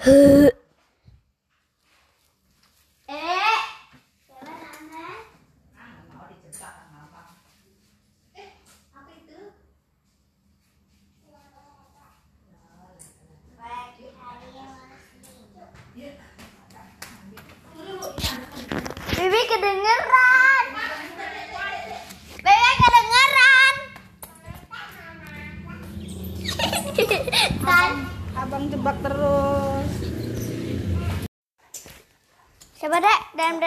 Bibi kedengeran. Bibi kedengeran. Abang jebak terus. Coba dek, dam.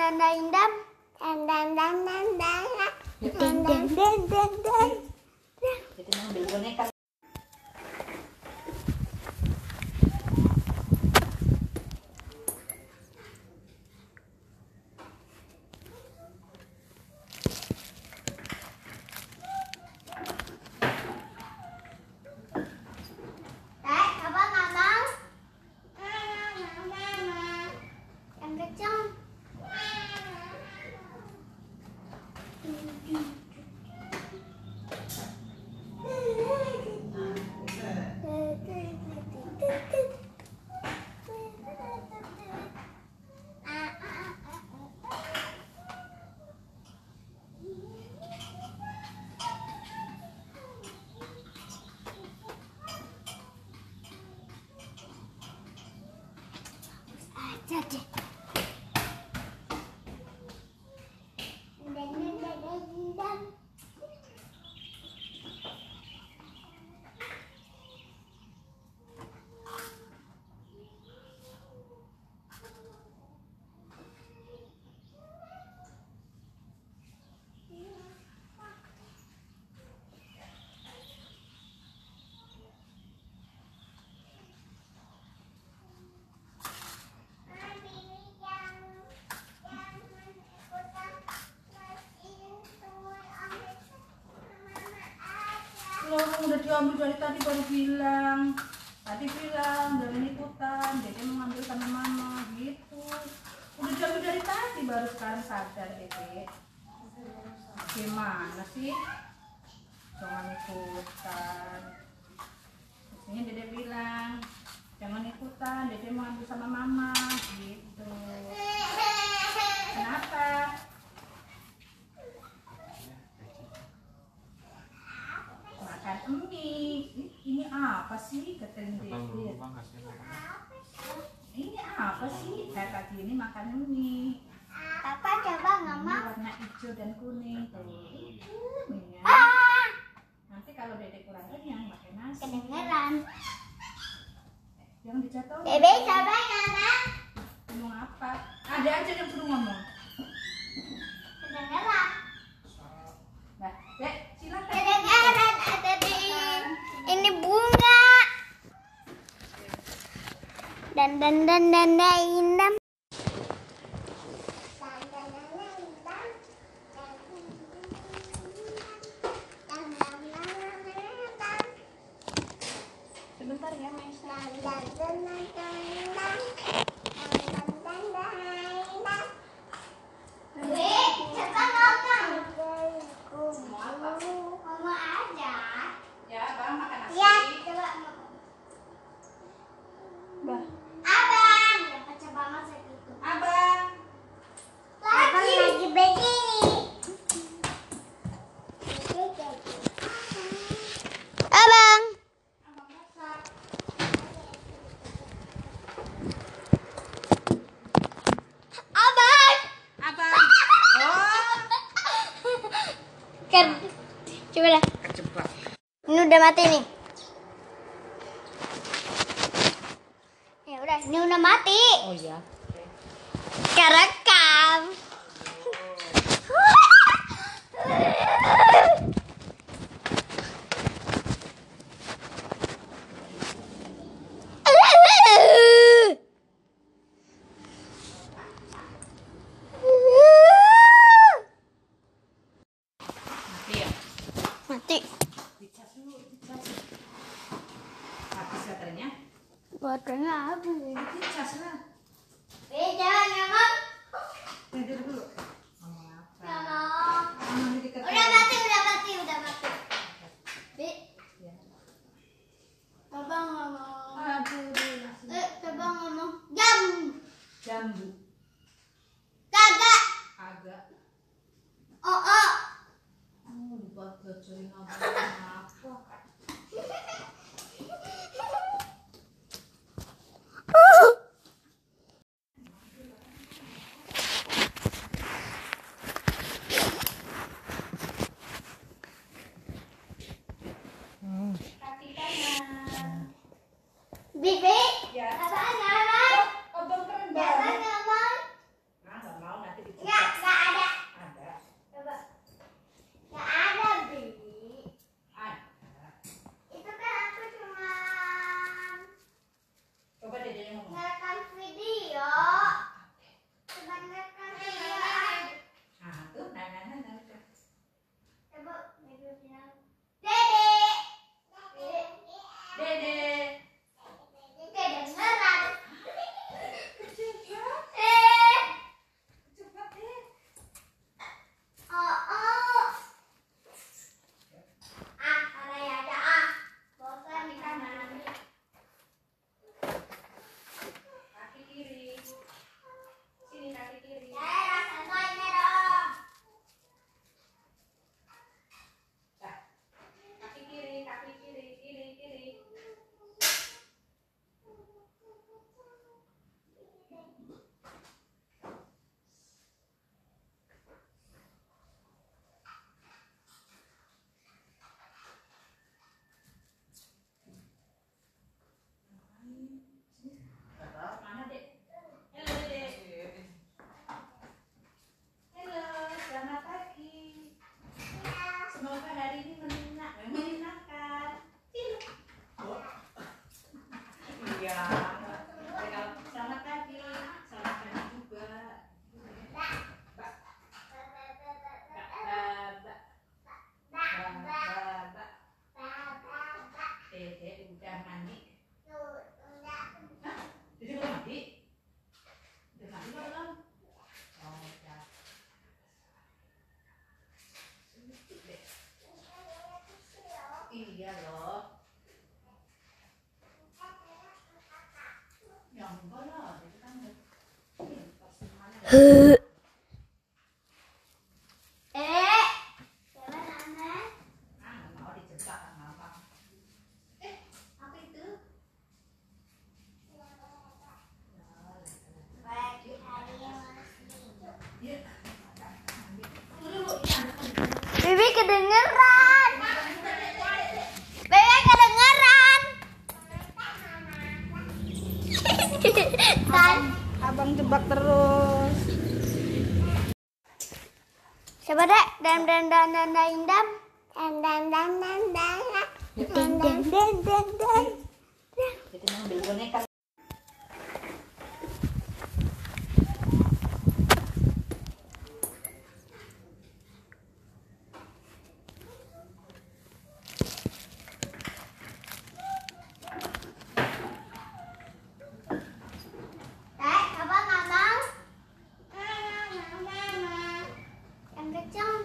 Jadi. Udah diambil dari tadi baru bilang. Tadi bilang jangan ikutan, Dede mau ngambil sama mama gitu. Udah diambil dari tadi baru sekarang sadar Dede. Gimana sih? Jangan ikutan. Biasanya Dede bilang jangan ikutan, Dede mau ambil sama mama gitu. Kenapa? Makan mie. Ini apa sih kata Dede? Ini apa sih? Kayak tadi ini makan mie. Papa coba ngomong. Warna hijau dan kuning tuh. Ya. Nanti kalau Dede kurang kenyang pakai nasi. Kedengeran. Yang dijatuhin. Bebe coba ngomong. Ngomong apa? Ada aja yang suruh ngomong. Kedengeran. Nah, Dek, silakan. Kedengeran ada di ini bunga. Dan indam. Sebentar ya, Mas. Coba ngomong. Ngomong aja. Ya, Bang, makan nasi. Ya, coba ngomong. Bah. Abang, ya pecah banget segitu. Abang. Abang lagi berdiri. Abang. Abang. Abang. Oh. Coba dah. Kejebak. Ini udah mati nih. Ya udah, ini udah mati. Oh iya. Kerekam. Iya. Mati. Dicas dulu, dicas. Habis baterainya? Baterainya habis. Dicas lah. Jangan ngomong. Tidur dulu. Ngomong apa? Ngomong. Ngomong di dekat. Udah mati. Bi. Ya. Abang ngomong. Aduh, Abang Bibi. Ya. Apa ngomong? Abang keren Apa banget. ngomong? Nah, nggak mau nanti dicoba. Nggak ada. Ada. Coba. Nggak ada, Bibi. Ada. Itu kan aku cuma Coba Dede yang ngomong. ngerekam video. Cuma ngerekam video aja. Nah, tuh, nah. Coba Bibi bilang, Dede. Dede. Kedengeran. Coba. Eh. Coba deh. Oh. Ada ya ada. Bosan di kanan. Kaki kiri. Sini kaki kiri. Rasanya dong. Nah, kaki kiri, kiri. Mana, Dek? Halo, Dek. Halo, selamat pagi. Semoga hari ini menyenangkan. Iya. Selamat pagi. Selamat pagi juga. Dede udah mandi. Hah? Dede udah mandi? Udah mandi belum? Oh, udah. Iya loh. Ya enggak lah, itu kan pasti mana. Coba Nana. Ah, nggak mau dijebak sama abang. Apa itu? Pagi hari masih. Iya. Bibi kedengeran. Bibi kedengeran. Kan. Abang jebak terus. Coba dek, dam. Jadi ngambil boneka. Dek, coba ngomong. Yang kencang.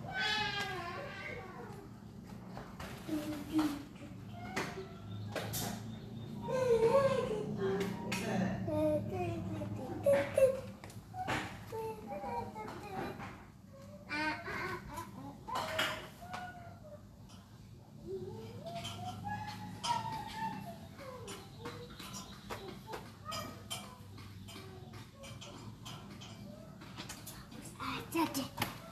Aja deh.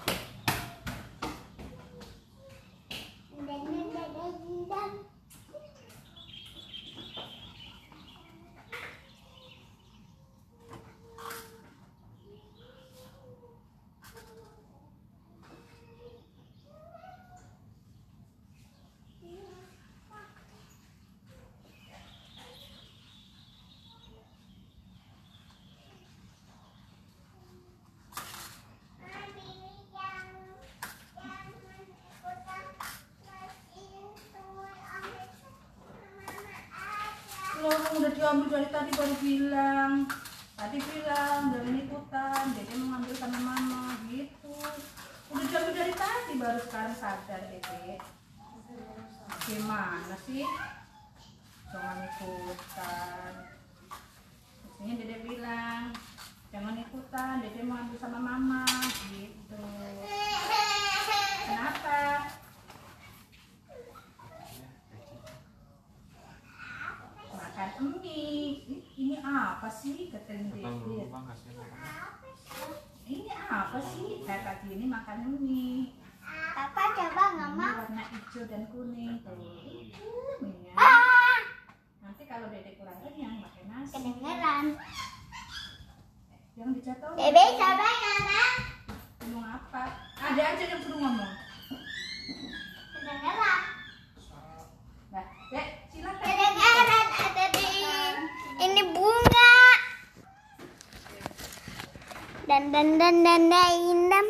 Loh, udah diambil dari tadi baru bilang. Tadi bilang jangan ikutan, Dede mau ngambil sama mama gitu. Udah diambil dari tadi baru sekarang sadar Dede. Gimana sih? Jangan ikutan. Biasanya Dede bilang jangan ikutan, Dede mau ambil sama mama gitu. Kenapa? Makan mie. Ini apa sih katanya Dede? Ini apa sih? Kayak tadi ini makan mie. Apa coba Ini ngomong? warna hijau dan kuning tuh. Itu minyak. Ah! Nanti kalau Dede kurang kenyang pakai nasi. Kedengeran. Jangan dijatuh. Dede coba ngomong. Ngomong apa? Ada aja yang suruh ngomong. Kedengeran. Nah, Dek, silakan. Kedengeran ada di ini bunga. Dan indah.